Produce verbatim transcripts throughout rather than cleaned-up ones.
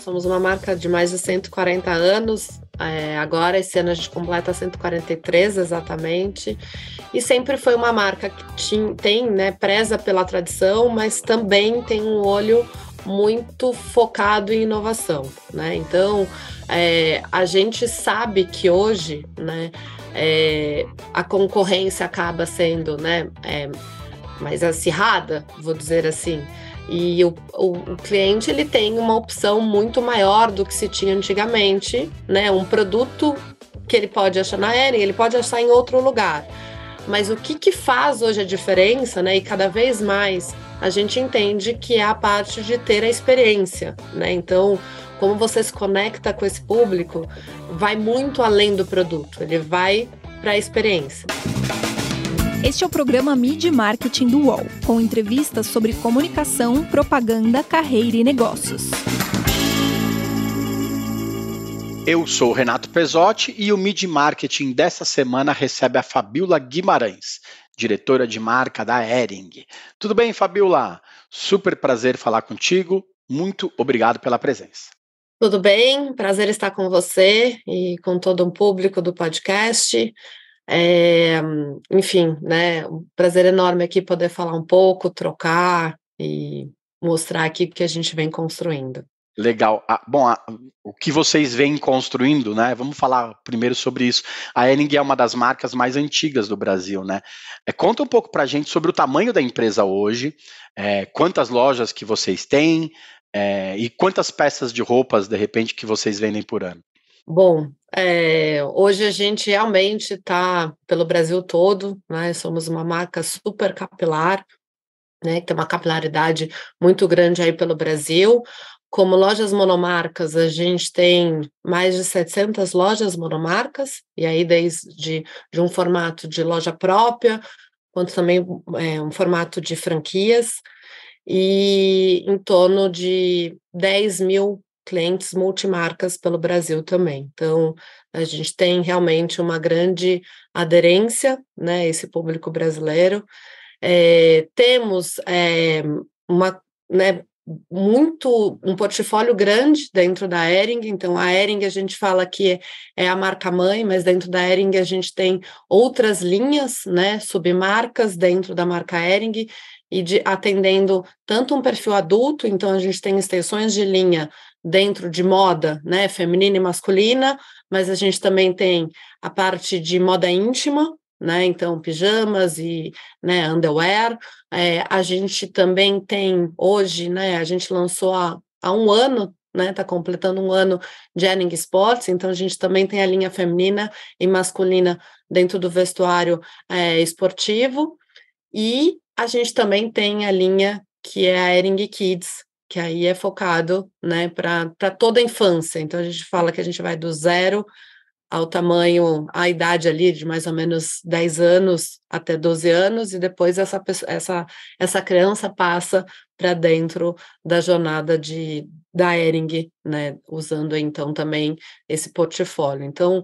somos uma marca de mais de cento e quarenta anos, é, agora esse ano a gente completa cento e quarenta e três exatamente, e sempre foi uma marca que tinha, tem, né, preza pela tradição, mas também tem um olho muito focado em inovação, né? Então, é, a gente sabe que hoje, né, é, a concorrência acaba sendo, né, é, mais acirrada, vou dizer assim, e o, o, o cliente ele tem uma opção muito maior do que se tinha antigamente, né? Um produto que ele pode achar na Hering, ele pode achar em outro lugar. Mas o que, que faz hoje a diferença, né? E cada vez mais a gente entende que é a parte de ter a experiência, né? Então, como você se conecta com esse público, vai muito além do produto, ele vai para a experiência. Este é o programa Media Marketing do U O L, com entrevistas sobre comunicação, propaganda, carreira e negócios. Eu sou o Renato Pesotti e o Media Marketing dessa semana recebe a Fabiola Guimarães, diretora de marca da Hering. Tudo bem, Fabiola? Super prazer falar contigo. Muito obrigado pela presença. Tudo bem, prazer estar com você e com todo o público do podcast. É, enfim, né, um prazer enorme aqui poder falar um pouco, trocar e mostrar aqui o que a gente vem construindo. Legal. Ah, bom, ah, o que vocês vêm construindo, né? Vamos falar primeiro sobre isso. A Hering é uma das marcas mais antigas do Brasil, né? É, conta um pouco para a gente sobre o tamanho da empresa hoje, é, quantas lojas que vocês têm é, e quantas peças de roupas, de repente, que vocês vendem por ano. Bom, é, hoje a gente realmente está pelo Brasil todo, né? Somos uma marca super capilar, né? Que tem uma capilaridade muito grande aí pelo Brasil. Como lojas monomarcas, a gente tem mais de setecentas lojas monomarcas, e aí desde de um formato de loja própria, quanto também é, um formato de franquias, e em torno de dez mil clientes multimarcas pelo Brasil também. Então, a gente tem realmente uma grande aderência, né, esse público brasileiro. É, temos é, uma, né, muito, um portfólio grande dentro da Hering, então a Hering a gente fala que é, é a marca mãe, mas dentro da Hering a gente tem outras linhas, né, submarcas dentro da marca Hering, e de, atendendo tanto um perfil adulto, então a gente tem extensões de linha dentro de moda, né, feminina e masculina, mas a gente também tem a parte de moda íntima, né, então pijamas e, né, underwear. É, a gente também tem hoje, né, a gente lançou há, há um ano, né, está completando um ano de Hering Sports, então a gente também tem a linha feminina e masculina dentro do vestuário é, esportivo, e a gente também tem a linha que é a Hering Kids, que aí é focado, né, para toda a infância. Então a gente fala que a gente vai do zero ao tamanho, a idade ali de mais ou menos dez anos até doze anos, e depois essa, essa, essa criança passa para dentro da jornada de, da Hering, né, usando então também esse portfólio. Então,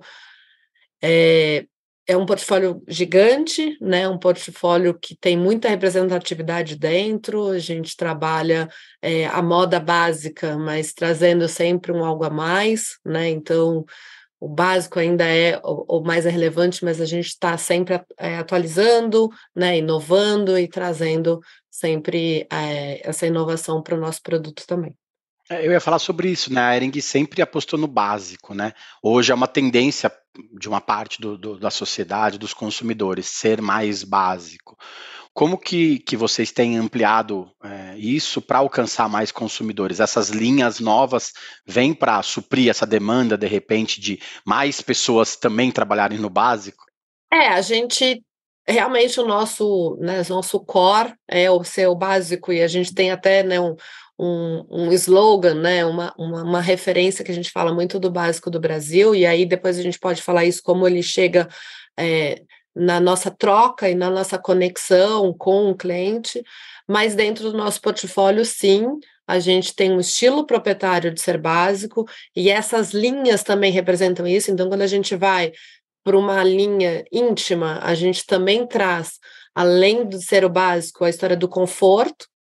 é, é um portfólio gigante, né, um portfólio que tem muita representatividade dentro, a gente trabalha é, a moda básica, mas trazendo sempre um algo a mais, né, então o básico ainda é o, o mais relevante, mas a gente está sempre é, atualizando, né, inovando e trazendo sempre é, essa inovação para o nosso produto também. Eu ia falar sobre isso, né? A Hering sempre apostou no básico, né? Hoje é uma tendência de uma parte do, do, da sociedade, dos consumidores, ser mais básico. Como que, que vocês têm ampliado é, isso para alcançar mais consumidores? Essas linhas novas vêm para suprir essa demanda, de repente, de mais pessoas também trabalharem no básico? É, a gente... Realmente o nosso, né, nosso core é o ser o básico, e a gente tem até, né, um, um, um slogan, né, uma, uma, uma referência que a gente fala muito do básico do Brasil, e aí depois a gente pode falar isso como ele chega é, na nossa troca e na nossa conexão com o cliente, mas dentro do nosso portfólio, sim, a gente tem um estilo proprietário de ser básico, e essas linhas também representam isso. Então quando a gente vai por uma linha íntima, a gente também traz, além de ser o básico, a história do conforto,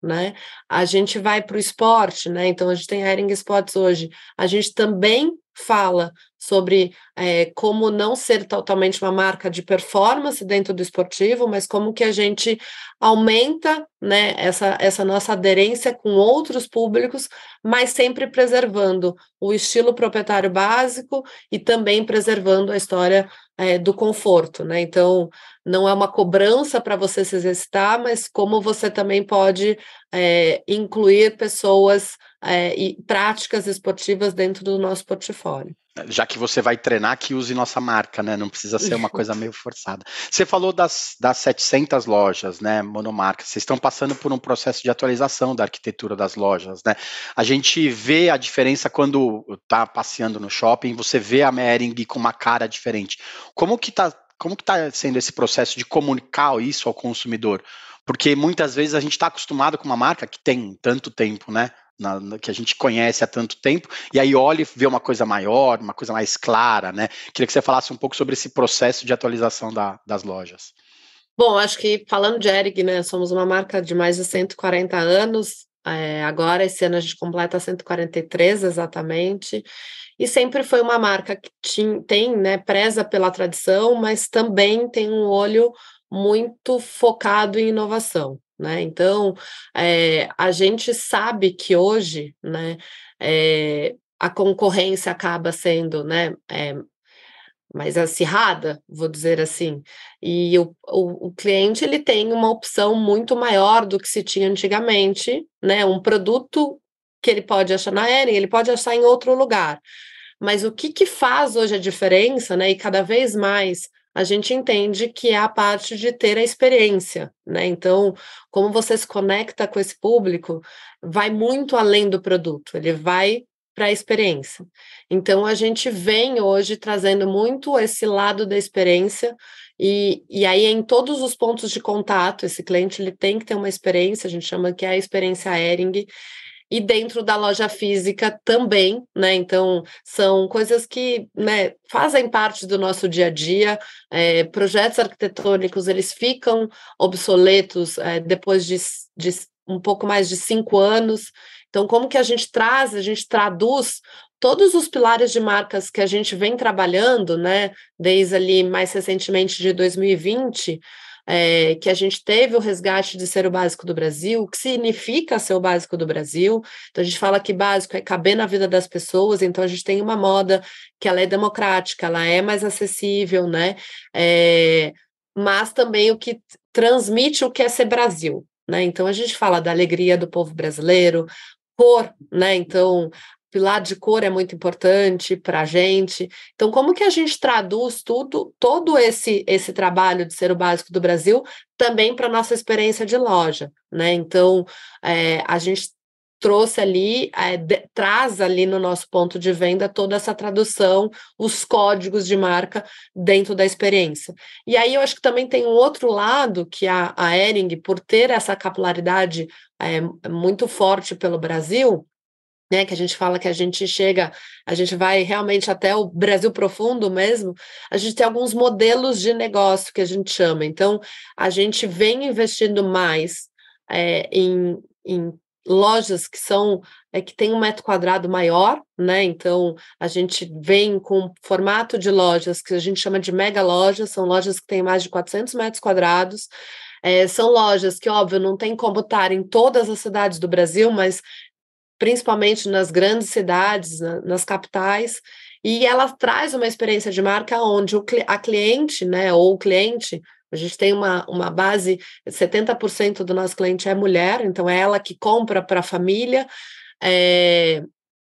né? A gente vai para o esporte, né? Então a gente tem a Hering Sports hoje. A gente também fala sobre é, como não ser totalmente uma marca de performance dentro do esportivo, mas como que a gente aumenta, né, essa, essa nossa aderência com outros públicos, mas sempre preservando o estilo proprietário básico e também preservando a história é, do conforto, né? Então, não é uma cobrança para você se exercitar, mas como você também pode é, incluir pessoas é, e práticas esportivas dentro do nosso portfólio. Já que você vai treinar, que use nossa marca, né? Não precisa ser uma coisa meio forçada. Você falou das, das setecentas lojas, né? Monomarcas. Vocês estão passando por um processo de atualização da arquitetura das lojas, né? A gente vê a diferença quando tá passeando no shopping, você vê a Hering com uma cara diferente. Como que tá, como que tá sendo esse processo de comunicar isso ao consumidor? Porque muitas vezes a gente está acostumado com uma marca que tem tanto tempo, né? Na, na, que a gente conhece há tanto tempo, e aí olha e vê uma coisa maior, uma coisa mais clara, né? Queria que você falasse um pouco sobre esse processo de atualização da, das lojas. Bom, acho que falando de Hering, né, somos uma marca de mais de cento e quarenta anos, é, agora esse ano a gente completa cento e quarenta e três exatamente, e sempre foi uma marca que tinha, tem, né, preza pela tradição, mas também tem um olho muito focado em inovação. Né? Então, é, a gente sabe que hoje, né, é, a concorrência acaba sendo, né, é, mais acirrada, vou dizer assim, e o, o, o cliente ele tem uma opção muito maior do que se tinha antigamente, né, um produto que ele pode achar na Hering, ele pode achar em outro lugar, mas o que, que faz hoje a diferença, né, e cada vez mais a gente entende que é a parte de ter a experiência, né? Então, como você se conecta com esse público, vai muito além do produto, ele vai para a experiência. Então, a gente vem hoje trazendo muito esse lado da experiência, e, e aí em todos os pontos de contato, esse cliente ele tem que ter uma experiência, a gente chama que é a experiência Hering, e dentro da loja física também, né? Então, são coisas que, né, fazem parte do nosso dia a dia. É, projetos arquitetônicos, eles ficam obsoletos é, depois de, de um pouco mais de cinco anos. Então, como que a gente traz, a gente traduz todos os pilares de marcas que a gente vem trabalhando, né? Desde ali, mais recentemente, de dois mil e vinte, É, que a gente teve o resgate de ser o básico do Brasil, o que significa ser o básico do Brasil. Então, a gente fala que básico é caber na vida das pessoas, então a gente tem uma moda que ela é democrática, ela é mais acessível, né? É, mas também o que transmite o que é ser Brasil, né? Então, a gente fala da alegria do povo brasileiro, cor, né? Então, pilar de cor é muito importante para a gente. Então, como que a gente traduz tudo, todo esse, esse trabalho de ser o básico do Brasil também para a nossa experiência de loja, né? Então, é, a gente trouxe ali, é, de, traz ali no nosso ponto de venda toda essa tradução, os códigos de marca dentro da experiência. E aí eu acho que também tem um outro lado que a, a Hering, por ter essa capilaridade é, muito forte pelo Brasil, né, que a gente fala que a gente chega, a gente vai realmente até o Brasil profundo mesmo, a gente tem alguns modelos de negócio que a gente chama. Então, a gente vem investindo mais é, em, em lojas que são, é, que tem um metro quadrado maior, né? Então, a gente vem com formato de lojas que a gente chama de mega lojas, são lojas que têm mais de quatrocentos metros quadrados, é, são lojas que, óbvio, não tem como estar em todas as cidades do Brasil, mas principalmente nas grandes cidades, na, nas capitais, e ela traz uma experiência de marca onde o, a cliente, né, ou o cliente, a gente tem uma, uma base, setenta por cento do nosso cliente é mulher, então é ela que compra para a família, é,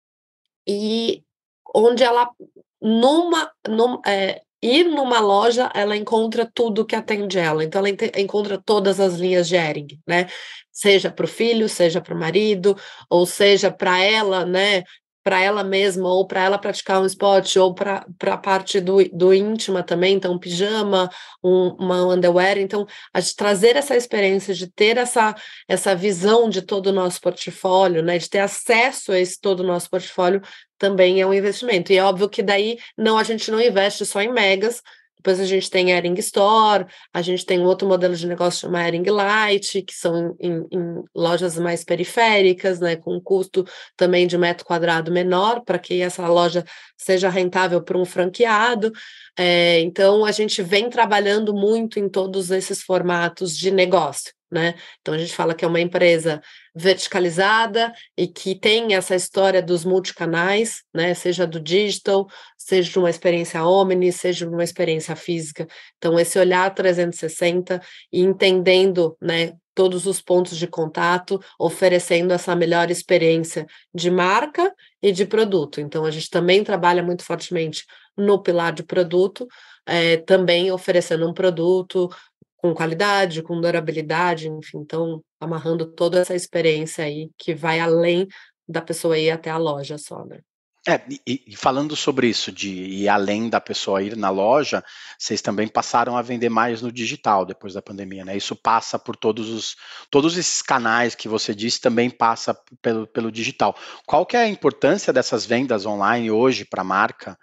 e onde ela, numa, num, é, ir numa loja, ela encontra tudo que atende ela, então ela encontra todas as linhas de Hering, né, seja para o filho, seja para o marido, ou seja para ela, né, para ela mesma, ou para ela praticar um esporte, ou para a parte do, do íntima também, então um pijama, um, uma underwear, então a gente trazer essa experiência de ter essa, essa visão de todo o nosso portfólio, né, de ter acesso a esse todo o nosso portfólio, também é um investimento, e é óbvio que daí não, a gente não investe só em megas, Depois a gente tem a Hering Store, a gente tem outro modelo de negócio chamado Hering Light, que são em, em lojas mais periféricas, né, com um custo também de metro quadrado menor, para que essa loja seja rentável para um franqueado. É, então, a gente vem trabalhando muito em todos esses formatos de negócio, né? Então, a gente fala que é uma empresa verticalizada e que tem essa história dos multicanais, né? Seja do digital, seja de uma experiência omni, seja de uma experiência física. Então, esse olhar trezentos e sessenta e entendendo, né, todos os pontos de contato, oferecendo essa melhor experiência de marca e de produto. Então, a gente também trabalha muito fortemente no pilar de produto, é, também oferecendo um produto com qualidade, com durabilidade, enfim, então, amarrando toda essa experiência aí, que vai além da pessoa ir até a loja só, né? É, e, e falando sobre isso, de ir além da pessoa ir na loja, vocês também passaram a vender mais no digital depois da pandemia, né? Isso passa por todos os todos esses canais que você disse, também passa pelo, pelo digital. Qual que é a importância dessas vendas online hoje para a marca?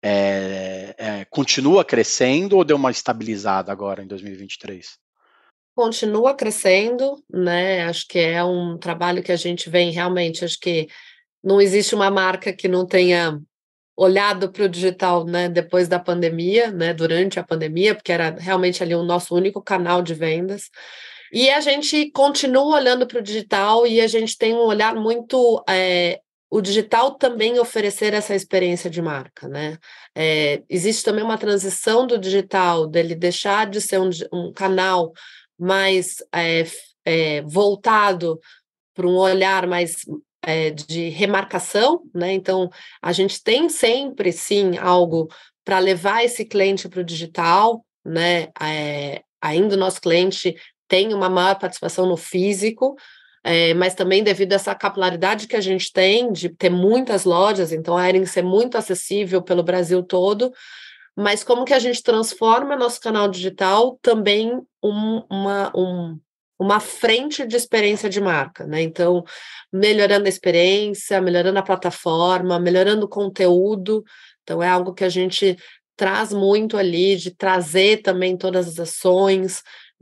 É, é, continua crescendo ou deu uma estabilizada agora em dois mil e vinte e três? Continua crescendo, né? Acho que é um trabalho que a gente vem realmente, acho que não existe uma marca que não tenha olhado para o digital, né, depois da pandemia, né, durante a pandemia, porque era realmente ali o nosso único canal de vendas. E a gente continua olhando para o digital e a gente tem um olhar muito, é, o digital também oferecer essa experiência de marca, né? É, existe também uma transição do digital, dele deixar de ser um, um canal mais é, é, voltado para um olhar mais é, de remarcação, né? Então, a gente tem sempre, sim, algo para levar esse cliente para o digital, né? É, ainda o nosso cliente tem uma maior participação no físico, é, mas também devido a essa capilaridade que a gente tem de ter muitas lojas, então a Hering ser muito acessível pelo Brasil todo, mas como que a gente transforma nosso canal digital também um, uma, um, uma frente de experiência de marca, né? Então, melhorando a experiência, melhorando a plataforma, melhorando o conteúdo. Então, é algo que a gente traz muito ali, de trazer também todas as ações,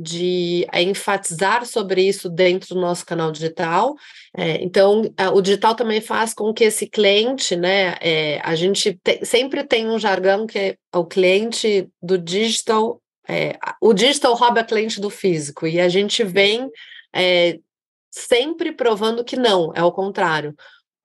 de é, enfatizar sobre isso dentro do nosso canal digital. É, então, a, o digital também faz com que esse cliente, né, é, a gente te, sempre tem um jargão que é o cliente do digital, é, o digital rouba a cliente do físico, e a gente vem é, sempre provando que não, é o contrário.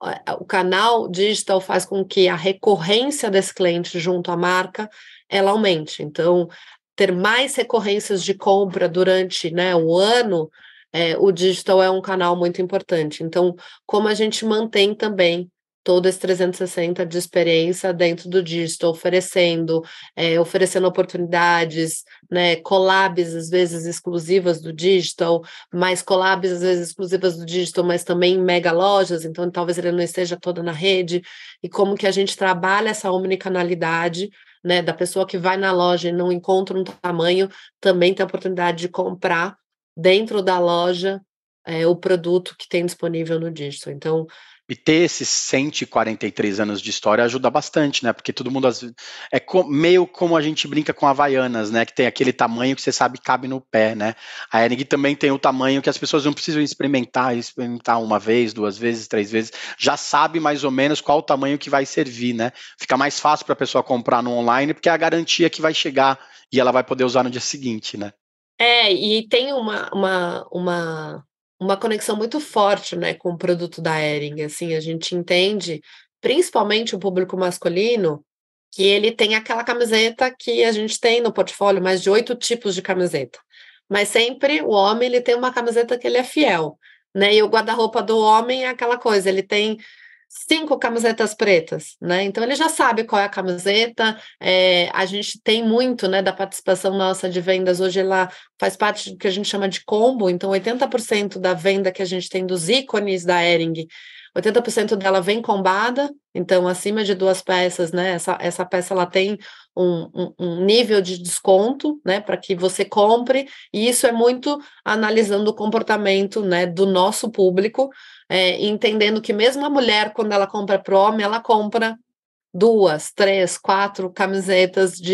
O canal digital faz com que a recorrência desse cliente junto à marca, ela aumente. Então, ter mais recorrências de compra durante, né, o ano, é, o digital é um canal muito importante. Então, como a gente mantém também todo esse trezentos e sessenta de experiência dentro do digital, oferecendo, é, oferecendo oportunidades, né, collabs, às vezes, exclusivas do digital, mais collabs, às vezes, exclusivas do digital, mas também em mega lojas, então talvez ele não esteja toda na rede, e como que a gente trabalha essa omnicanalidade, né, da pessoa que vai na loja e não encontra um tamanho, também tem a oportunidade de comprar dentro da loja é, o produto que tem disponível no digital. Então, e ter esses cento e quarenta e três anos de história ajuda bastante, né? Porque todo mundo às vezes, é co, meio como a gente brinca com Havaianas, né? Que tem aquele tamanho que você sabe cabe no pé, né? A Hering também tem o tamanho que as pessoas não precisam experimentar, experimentar uma vez, duas vezes, três vezes, já sabe mais ou menos qual o tamanho que vai servir, né? Fica mais fácil para a pessoa comprar no online, porque é a garantia que vai chegar e ela vai poder usar no dia seguinte, né? É, e tem uma, uma, uma, uma conexão muito forte, né, com o produto da Hering, assim, a gente entende, principalmente o público masculino, que ele tem aquela camiseta que a gente tem no portfólio, mais de oito tipos de camiseta, mas sempre o homem, ele tem uma camiseta que ele é fiel, né, e o guarda-roupa do homem é aquela coisa, ele tem cinco camisetas pretas, né? Então ele já sabe qual é a camiseta. É, a gente tem muito, né, da participação nossa de vendas. Hoje ela faz parte do que a gente chama de combo. Então oitenta por cento da venda que a gente tem dos ícones da Hering, oitenta por cento dela vem combada. Então acima de duas peças, né? Essa, essa peça ela tem um, um, um nível de desconto, né, para que você compre. E isso é muito analisando o comportamento, né, do nosso público. É, entendendo que mesmo a mulher, quando ela compra para o homem, ela compra duas, três, quatro camisetas de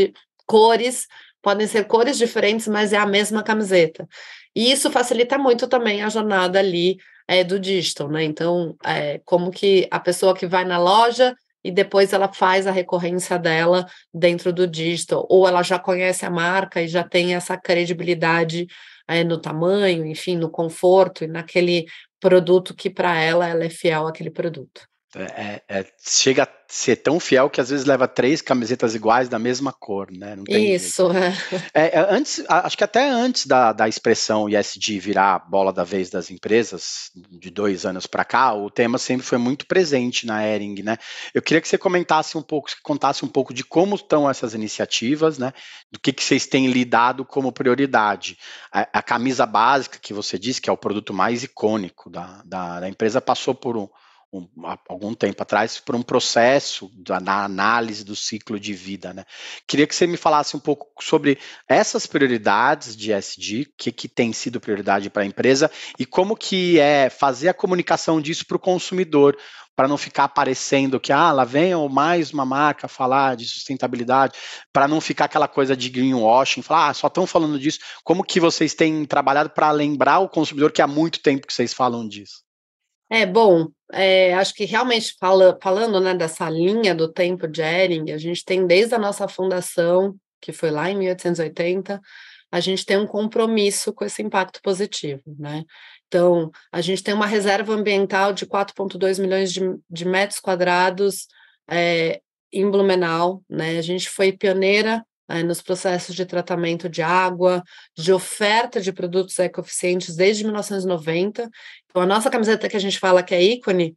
cores, podem ser cores diferentes, mas é a mesma camiseta. E isso facilita muito também a jornada ali é, do digital, né? Então, é, como que a pessoa que vai na loja e depois ela faz a recorrência dela dentro do digital, ou ela já conhece a marca e já tem essa credibilidade é, no tamanho, enfim, no conforto e naquele produto que para ela, ela é fiel àquele produto. É, é, chega a ser tão fiel que às vezes leva três camisetas iguais da mesma cor, né? Não tem jeito. Isso, é. É, é, antes, acho que até antes da, da expressão E S G virar a bola da vez das empresas, de dois anos para cá, o tema sempre foi muito presente na Hering, né? Eu queria que você comentasse um pouco, que contasse um pouco de como estão essas iniciativas, né? Do que, que vocês têm lidado como prioridade. A, a camisa básica, que você disse, que é o produto mais icônico da, da, da empresa, passou por um Um, há algum tempo atrás, por um processo da, na análise do ciclo de vida, né? Queria que você me falasse um pouco sobre essas prioridades de E S G, o que, que tem sido prioridade para a empresa e como que é fazer a comunicação disso para o consumidor, para não ficar aparecendo que, ah, lá vem mais uma marca falar de sustentabilidade, para não ficar aquela coisa de greenwashing, falar, ah, só estão falando disso. Como que vocês têm trabalhado para lembrar o consumidor que há muito tempo que vocês falam disso? É, bom, é, acho que realmente fala, falando né, dessa linha do tempo de Hering, a gente tem desde a nossa fundação, que foi lá em mil oitocentos e oitenta, a gente tem um compromisso com esse impacto positivo, né? Então, a gente tem uma reserva ambiental de quatro vírgula dois milhões de, de metros quadrados é, em Blumenau, né? A gente foi pioneira é, nos processos de tratamento de água, de oferta de produtos ecoeficientes desde mil novecentos e noventa. Então, a nossa camiseta que a gente fala que é ícone,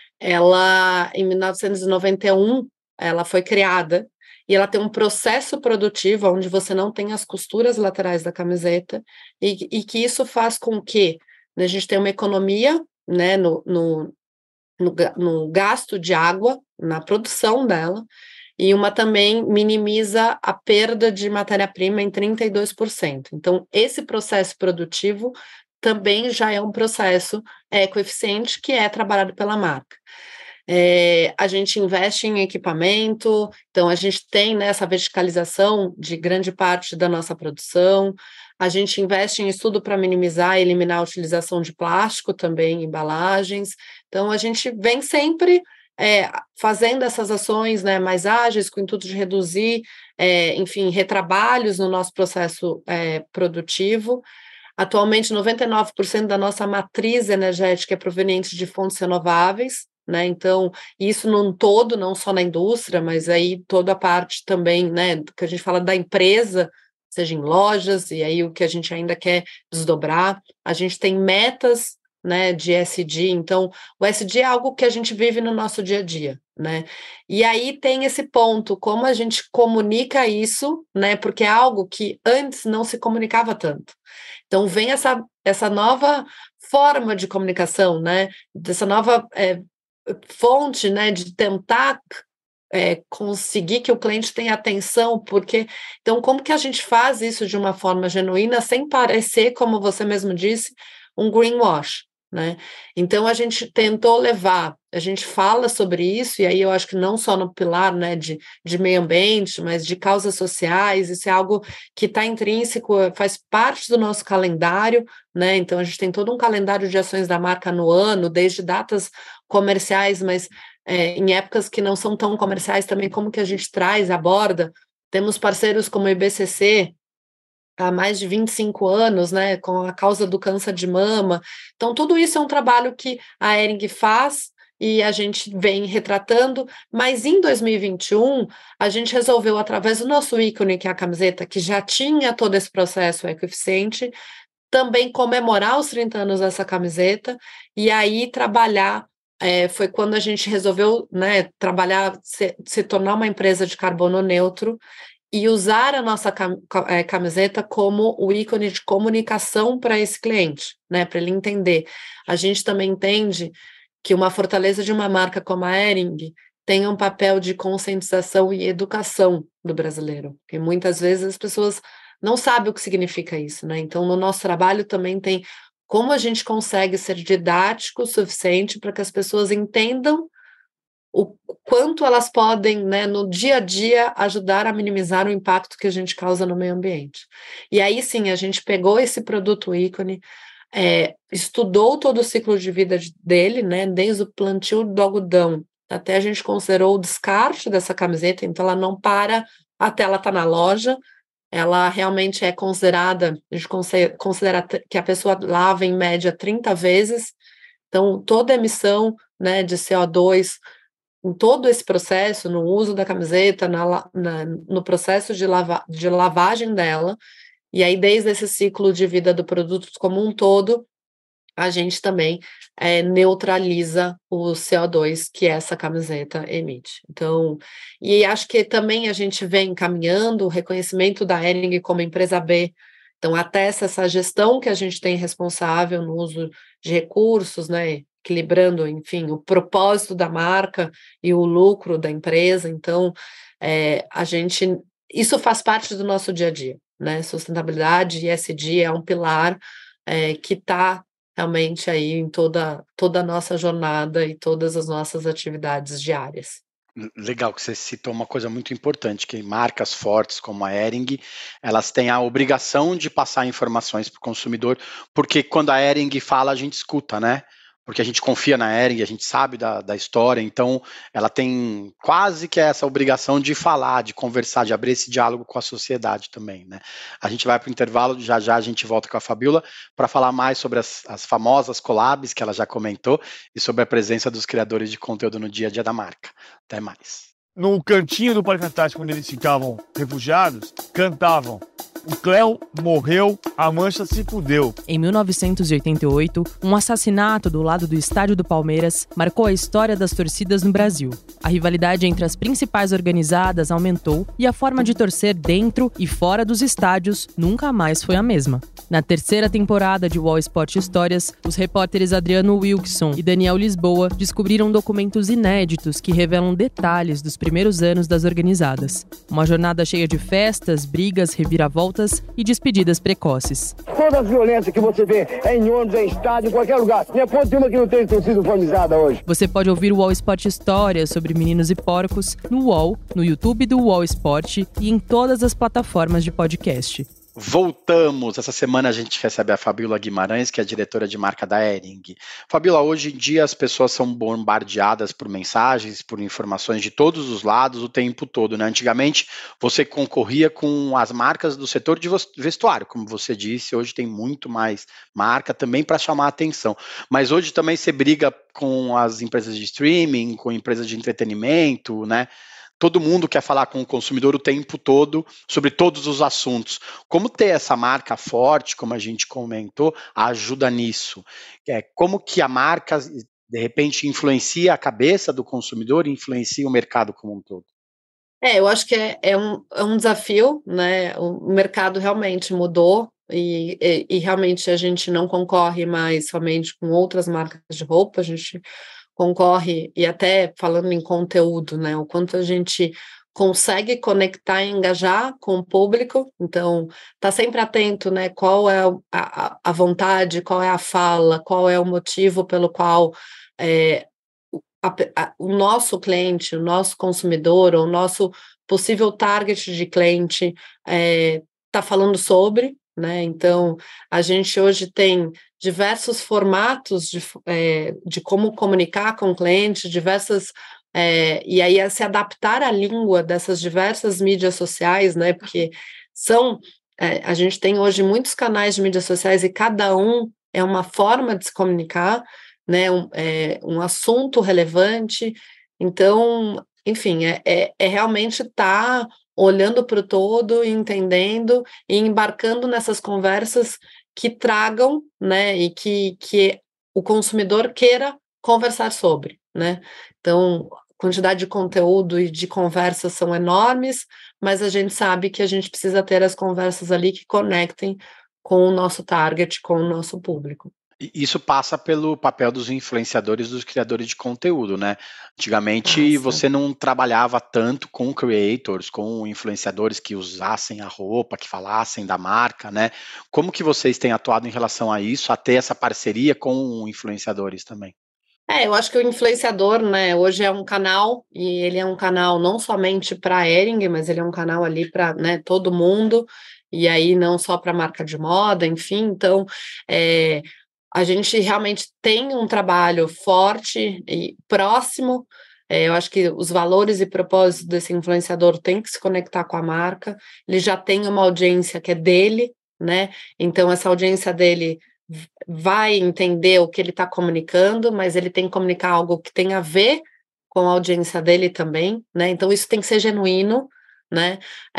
ela, em mil novecentos e noventa e um, ela foi criada e ela tem um processo produtivo onde você não tem as costuras laterais da camiseta e, e que isso faz com que né, a gente tenha uma economia né, no, no, no, no gasto de água, na produção dela, e uma também minimiza a perda de matéria-prima em trinta e dois por cento. Então, esse processo produtivo também já é um processo ecoeficiente que é trabalhado pela marca. É, a gente investe em equipamento, então a gente tem né, essa verticalização de grande parte da nossa produção, a gente investe em estudo para minimizar e eliminar a utilização de plástico também em embalagens, então a gente vem sempre é, fazendo essas ações né, mais ágeis, com o intuito de reduzir, é, enfim, retrabalhos no nosso processo é, produtivo. Atualmente, noventa e nove por cento da nossa matriz energética é proveniente de fontes renováveis, né? Então, isso num todo, não só na indústria, mas aí toda a parte também, né, que a gente fala da empresa, seja em lojas, e aí o que a gente ainda quer desdobrar. A gente tem metas, né, de E S G, então, o E S G é algo que a gente vive no nosso dia a dia, né? E aí tem esse ponto, como a gente comunica isso, né, porque é algo que antes não se comunicava tanto. Então, vem essa, essa nova forma de comunicação, né, dessa nova é, fonte, né, de tentar é, conseguir que o cliente tenha atenção, porque, então, como que a gente faz isso de uma forma genuína, sem parecer, como você mesmo disse, um greenwash, né? Então, a gente tentou levar, a gente fala sobre isso, e aí eu acho que não só no pilar né, de, de meio ambiente, mas de causas sociais, isso é algo que está intrínseco, faz parte do nosso calendário, né? Então, a gente tem todo um calendário de ações da marca no ano, desde datas comerciais, mas é, em épocas que não são tão comerciais também, como que a gente traz, aborda. Temos parceiros como o I B C C, há mais de vinte e cinco anos, né, com a causa do câncer de mama. Então, tudo isso é um trabalho que a Hering faz e a gente vem retratando, mas em dois mil e vinte e um, a gente resolveu, através do nosso ícone, que é a camiseta, que já tinha todo esse processo ecoeficiente, também comemorar os trinta anos dessa camiseta e aí trabalhar, é, foi quando a gente resolveu né, trabalhar, se, se tornar uma empresa de carbono neutro, e usar a nossa camiseta como o ícone de comunicação para esse cliente, né, para ele entender. A gente também entende que uma fortaleza de uma marca como a Hering tem um papel de conscientização e educação do brasileiro, porque muitas vezes as pessoas não sabem o que significa isso, né? Então, no nosso trabalho também tem como a gente consegue ser didático o suficiente para que as pessoas entendam o quanto elas podem, né, no dia a dia, ajudar a minimizar o impacto que a gente causa no meio ambiente. E aí sim, a gente pegou esse produto ícone, é, estudou todo o ciclo de vida dele, né, desde o plantio do algodão até a gente considerou o descarte dessa camiseta, então ela não para até ela estar na loja, ela realmente é considerada, a gente considera que a pessoa lava em média trinta vezes, então toda a emissão, né, de C O dois em todo esse processo, no uso da camiseta, na, na, no processo de, lava, de lavagem dela, e aí desde esse ciclo de vida do produto como um todo, a gente também é, neutraliza o C O dois que essa camiseta emite. Então, e acho que também a gente vem caminhando o reconhecimento da Hering como empresa B, então até essa, essa gestão que a gente tem responsável no uso de recursos, né, equilibrando, enfim, o propósito da marca e o lucro da empresa, então é, a gente, isso faz parte do nosso dia a dia, né, sustentabilidade e E S G é um pilar é, que está realmente aí em toda, toda a nossa jornada e todas as nossas atividades diárias. Legal que você citou uma coisa muito importante, que marcas fortes como a Hering, elas têm a obrigação de passar informações para o consumidor, porque quando a Hering fala, a gente escuta, né? Porque a gente confia na Hering, a gente sabe da, da história, então ela tem quase que essa obrigação de falar, de conversar, de abrir esse diálogo com a sociedade também, né? A gente vai para o intervalo, já já a gente volta com a Fabiola para falar mais sobre as, as famosas collabs que ela já comentou e sobre a presença dos criadores de conteúdo no dia a dia da marca. Até mais. No cantinho do Parque Antártico, onde eles ficavam refugiados, cantavam: o Cléo morreu, a Mancha se fudeu. Em mil novecentos e oitenta e oito, um assassinato do lado do estádio do Palmeiras marcou a história das torcidas no Brasil. A rivalidade entre as principais organizadas aumentou e a forma de torcer dentro e fora dos estádios nunca mais foi a mesma. Na terceira temporada de Wall Sport Histórias, os repórteres Adriano Wilkson e Daniel Lisboa descobriram documentos inéditos que revelam detalhes dos primeiros anos das organizadas. Uma jornada cheia de festas, brigas, reviravoltas e despedidas precoces. Toda a violência que você vê é em ônibus, é em estádio, em qualquer lugar. Me aponte uma que não tenha sido uniformizada hoje. Você pode ouvir o Wall Sport Histórias sobre meninos e porcos no Wall, no YouTube do Wall Sport e em todas as plataformas de podcast. Voltamos. Essa semana a gente recebe a Fabiola Guimarães, que é a diretora de marca da Hering. Fabiola, hoje em dia as pessoas são bombardeadas por mensagens, por informações de todos os lados o tempo todo, né? Antigamente você concorria com as marcas do setor de vestuário, como você disse, hoje tem muito mais marca também para chamar a atenção. Mas hoje também você briga com as empresas de streaming, com empresas de entretenimento, né? Todo mundo quer falar com o consumidor o tempo todo sobre todos os assuntos. Como ter essa marca forte, como a gente comentou, ajuda nisso? É, como que a marca, de repente, influencia a cabeça do consumidor e influencia o mercado como um todo? É, eu acho que é, é, um, é um desafio, né? O mercado realmente mudou e, e, e realmente a gente não concorre mais somente com outras marcas de roupa, a gente concorre, e até falando em conteúdo, né, o quanto a gente consegue conectar e engajar com o público, então tá sempre atento, né, qual é a, a vontade, qual é a fala, qual é o motivo pelo qual é, a, a, o nosso cliente, o nosso consumidor, ou o nosso possível target de cliente é, tá falando sobre, né, então a gente hoje tem diversos formatos de, é, de como comunicar com o cliente, diversas, é, e aí é se adaptar à língua dessas diversas mídias sociais, né, porque são, é, a gente tem hoje muitos canais de mídias sociais e cada um é uma forma de se comunicar, né, um, é, um assunto relevante, então, enfim, é, é, é realmente estar tá olhando para o todo, entendendo e embarcando nessas conversas que tragam, né, e que, que o consumidor queira conversar sobre, né, então, a quantidade de conteúdo e de conversas são enormes, mas a gente sabe que a gente precisa ter as conversas ali que conectem com o nosso target, com o nosso público. Isso passa pelo papel dos influenciadores, dos criadores de conteúdo, né? Antigamente Nossa. Você não trabalhava tanto com creators, com influenciadores que usassem a roupa, que falassem da marca, né? Como que vocês têm atuado em relação a isso, a ter essa parceria com influenciadores também? É, eu acho que o influenciador, né, hoje é um canal, e ele é um canal não somente para a Hering, mas ele é um canal ali para, né, todo mundo, e aí não só para marca de moda, enfim, então é, a gente realmente tem um trabalho forte e próximo. É, eu acho que os valores e propósitos desse influenciador têm que se conectar com a marca, ele já tem uma audiência que é dele, né, então essa audiência dele vai entender o que ele está comunicando, mas ele tem que comunicar algo que tem a ver com a audiência dele também, né? Então isso tem que ser genuíno, né?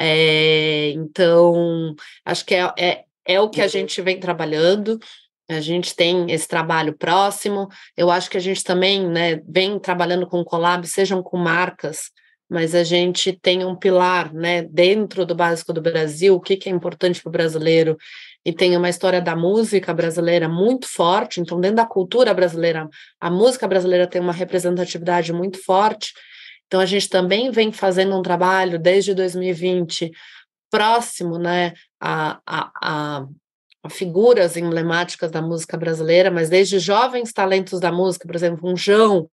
É, então acho que é, é, é o que a gente vem trabalhando. A gente tem esse trabalho próximo. Eu acho que a gente também, né, vem trabalhando com collab, sejam com marcas, mas a gente tem um pilar, né, dentro do Básico do Brasil, o que, que é importante para o brasileiro, e tem uma história da música brasileira muito forte. Então, dentro da cultura brasileira, a música brasileira tem uma representatividade muito forte. Então, a gente também vem fazendo um trabalho desde dois mil e vinte próximo, né, a, a, a, a figuras emblemáticas da música brasileira, mas desde jovens talentos da música, por exemplo, um João,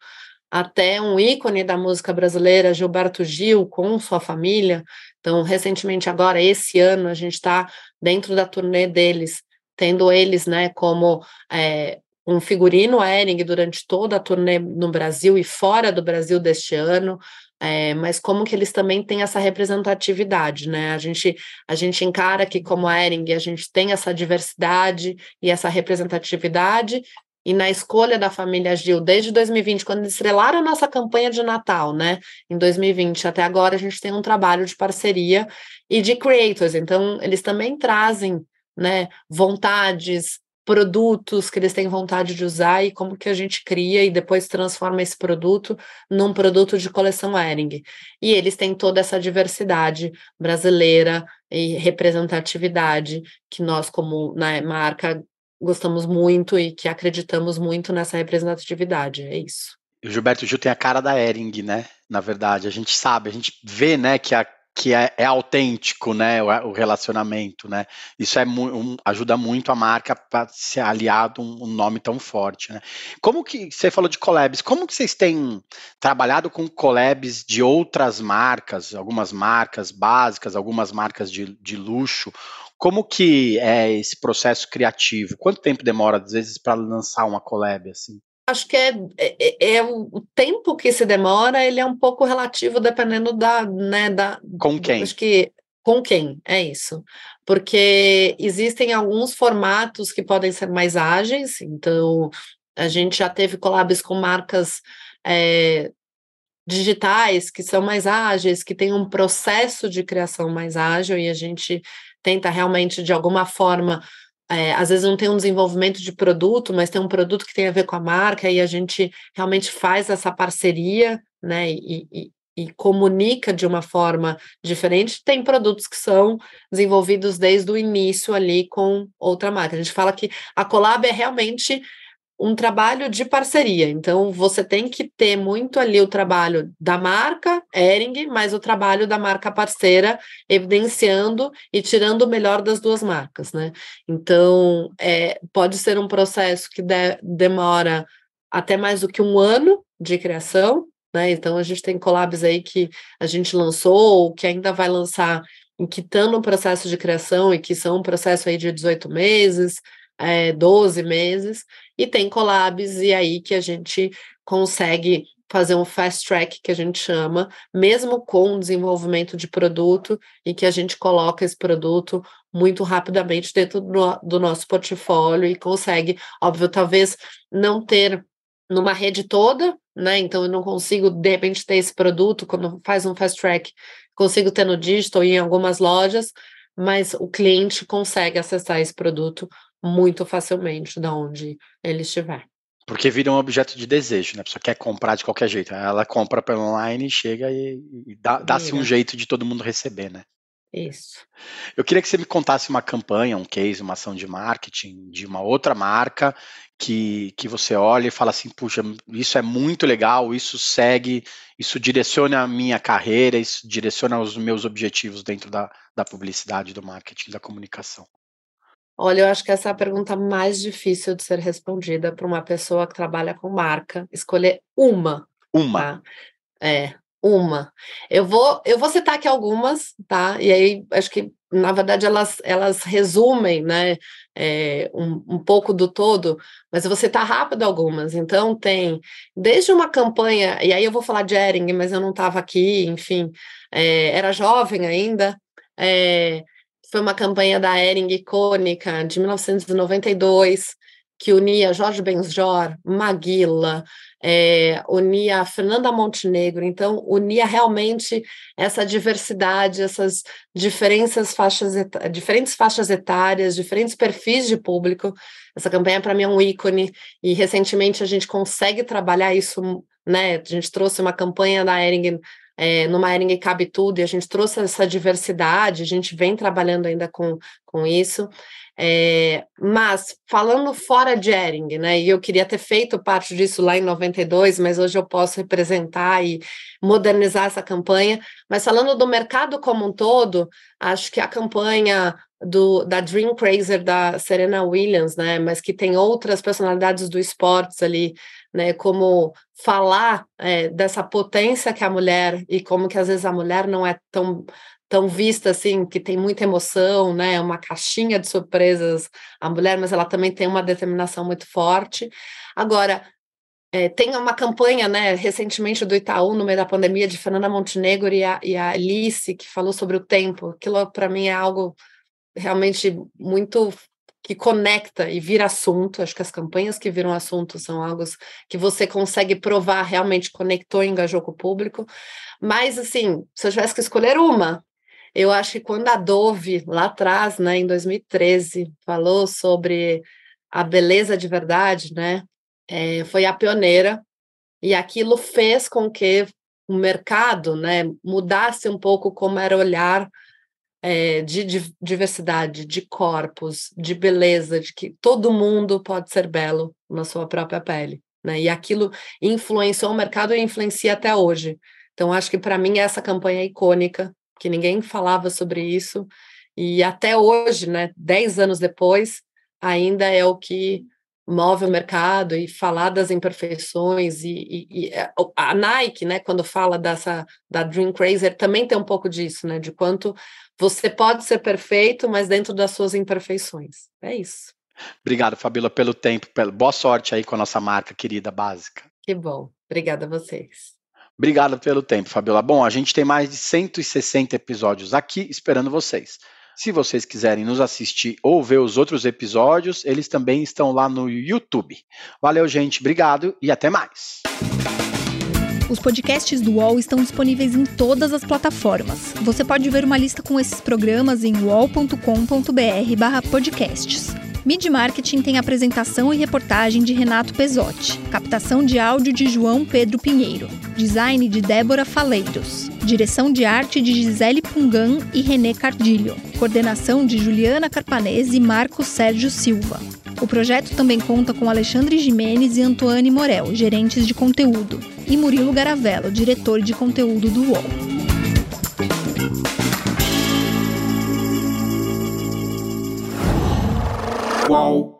até um ícone da música brasileira, Gilberto Gil, com sua família. Então, recentemente, agora, esse ano, a gente está dentro da turnê deles, tendo eles, né, como é, um figurino Hering durante toda a turnê no Brasil e fora do Brasil deste ano, é, mas como que eles também têm essa representatividade, né? A gente, a gente encara que, como a Hering, a gente tem essa diversidade e essa representatividade. E na escolha da família Gil, desde dois mil e vinte, quando eles estrelaram a nossa campanha de Natal, né, em dois mil e vinte, até agora a gente tem um trabalho de parceria e de creators. Então, eles também trazem, né, vontades, produtos que eles têm vontade de usar e como que a gente cria e depois transforma esse produto num produto de coleção Hering. E eles têm toda essa diversidade brasileira e representatividade que nós, como, né, marca, gostamos muito e que acreditamos muito nessa representatividade, é isso. O Gilberto Gil tem a cara da Hering, né? Na verdade, a gente sabe, a gente vê, né, que, a, que é, é autêntico, né, o, o relacionamento, né? Isso é um, ajuda muito a marca para ser aliado um, um nome tão forte, né? Como que você falou de collabs? Como que vocês têm trabalhado com collabs de outras marcas, algumas marcas básicas, algumas marcas de, de luxo? Como que é esse processo criativo? Quanto tempo demora, às vezes, para lançar uma collab assim? Acho que é, é, é o, o tempo que se demora, ele é um pouco relativo dependendo da, né, da... Com quem? Acho que com quem, é isso. Porque existem alguns formatos que podem ser mais ágeis, então a gente já teve collabs com marcas é, digitais que são mais ágeis, que têm um processo de criação mais ágil, e a gente tenta realmente, de alguma forma, é, às vezes não tem um desenvolvimento de produto, mas tem um produto que tem a ver com a marca, e a gente realmente faz essa parceria, né, e, e, e comunica de uma forma diferente. Tem produtos que são desenvolvidos desde o início ali com outra marca. A gente fala que a collab é realmente um trabalho de parceria, então você tem que ter muito ali o trabalho da marca Hering, mas o trabalho da marca parceira, evidenciando e tirando o melhor das duas marcas, né? Então, é, pode ser um processo que de, demora até mais do que um ano de criação, né? Então, a gente tem collabs aí que a gente lançou, ou que ainda vai lançar, em que estão no processo de criação e que são um processo aí de dezoito meses, É, doze meses, e tem collabs e aí que a gente consegue fazer um fast track, que a gente chama, mesmo com desenvolvimento de produto, e que a gente coloca esse produto muito rapidamente dentro do, do nosso portfólio e consegue, óbvio, talvez não ter numa rede toda, né, então eu não consigo, de repente, ter esse produto, quando faz um fast track, consigo ter no digital e em algumas lojas, mas o cliente consegue acessar esse produto muito facilmente de onde ele estiver. Porque vira um objeto de desejo, né? A pessoa quer comprar de qualquer jeito. Ela compra pelo online, chega e, e dá, dá-se um jeito de todo mundo receber, né? Isso. Eu queria que você me contasse uma campanha, um case, uma ação de marketing de uma outra marca que, que você olha e fala assim, puxa, isso é muito legal, isso segue, isso direciona a minha carreira, isso direciona os meus objetivos dentro da, da publicidade, do marketing, da comunicação. Olha, eu acho que essa é a pergunta mais difícil de ser respondida para uma pessoa que trabalha com marca. Escolher uma. Uma. Tá? É, uma. Eu vou, eu vou citar aqui algumas, tá? E aí, acho que, na verdade, elas, elas resumem, né, é, um, um pouco do todo, mas eu vou citar rápido algumas. Então, tem desde uma campanha, e aí eu vou falar de Hering, mas eu não estava aqui, enfim, é, era jovem ainda, é, foi uma campanha da Hering icônica de mil novecentos e noventa e dois, que unia Jorge Benjor, Maguila, é, unia Fernanda Montenegro, então unia realmente essa diversidade, essas diferenças faixas eta- diferentes faixas etárias, diferentes perfis de público. Essa campanha para mim é um ícone, e recentemente a gente consegue trabalhar isso, né? A gente trouxe uma campanha da Hering, é, numa Hering Cabe Tudo, e a gente trouxe essa diversidade, a gente vem trabalhando ainda com, com isso. É, mas, falando fora de Hering, né, e eu queria ter feito parte disso lá em noventa e dois, mas hoje eu posso representar e modernizar essa campanha, mas falando do mercado como um todo, acho que a campanha do, da Dream Crazer da Serena Williams, né, mas que tem outras personalidades do esportes ali, né, como falar é, dessa potência que é a mulher, e como que às vezes a mulher não é tão... tão vista assim, que tem muita emoção, né, uma caixinha de surpresas a mulher, mas ela também tem uma determinação muito forte. Agora, é, tem uma campanha, né, recentemente do Itaú, no meio da pandemia, de Fernanda Montenegro e a, e a Alice, que falou sobre o tempo. Aquilo, para mim, é algo realmente muito que conecta e vira assunto. Acho que as campanhas que viram assunto são algo que você consegue provar realmente conectou e engajou com o público. Mas, assim, se eu tivesse que escolher uma, eu acho que quando a Dove, lá atrás, né, em dois mil e treze, falou sobre a beleza de verdade, né, é, foi a pioneira, e aquilo fez com que o mercado, né, mudasse um pouco como era olhar é, de, de diversidade, de corpos, de beleza, de que todo mundo pode ser belo na sua própria pele, né, e aquilo influenciou o mercado e influencia até hoje. Então, acho que para mim essa campanha é icônica, que ninguém falava sobre isso, e até hoje, né, dez anos depois, ainda é o que move o mercado, e falar das imperfeições, e, e, e a Nike, né, quando fala dessa, da Dream Crazer, também tem um pouco disso, né, de quanto você pode ser perfeito, mas dentro das suas imperfeições. É isso. Obrigado, Fabíola, pelo tempo, pelo... boa sorte aí com a nossa marca querida básica. Que bom, obrigada a vocês. Obrigado pelo tempo, Fabíola. Bom, a gente tem mais de cento e sessenta episódios aqui esperando vocês. Se vocês quiserem nos assistir ou ver os outros episódios, eles também estão lá no YouTube. Valeu, gente. Obrigado e até mais. Os podcasts do U O L estão disponíveis em todas as plataformas. Você pode ver uma lista com esses programas em uol ponto com ponto br barra podcasts. Midi Marketing tem apresentação e reportagem de Renato Pesotti, captação de áudio de João Pedro Pinheiro, design de Débora Faleiros, direção de arte de Gisele Pungan e René Cardilho, coordenação de Juliana Carpanese e Marcos Sérgio Silva. O projeto também conta com Alexandre Jimenez e Antoine Morel, gerentes de conteúdo, e Murilo Garavello, diretor de conteúdo do U O L. Uau!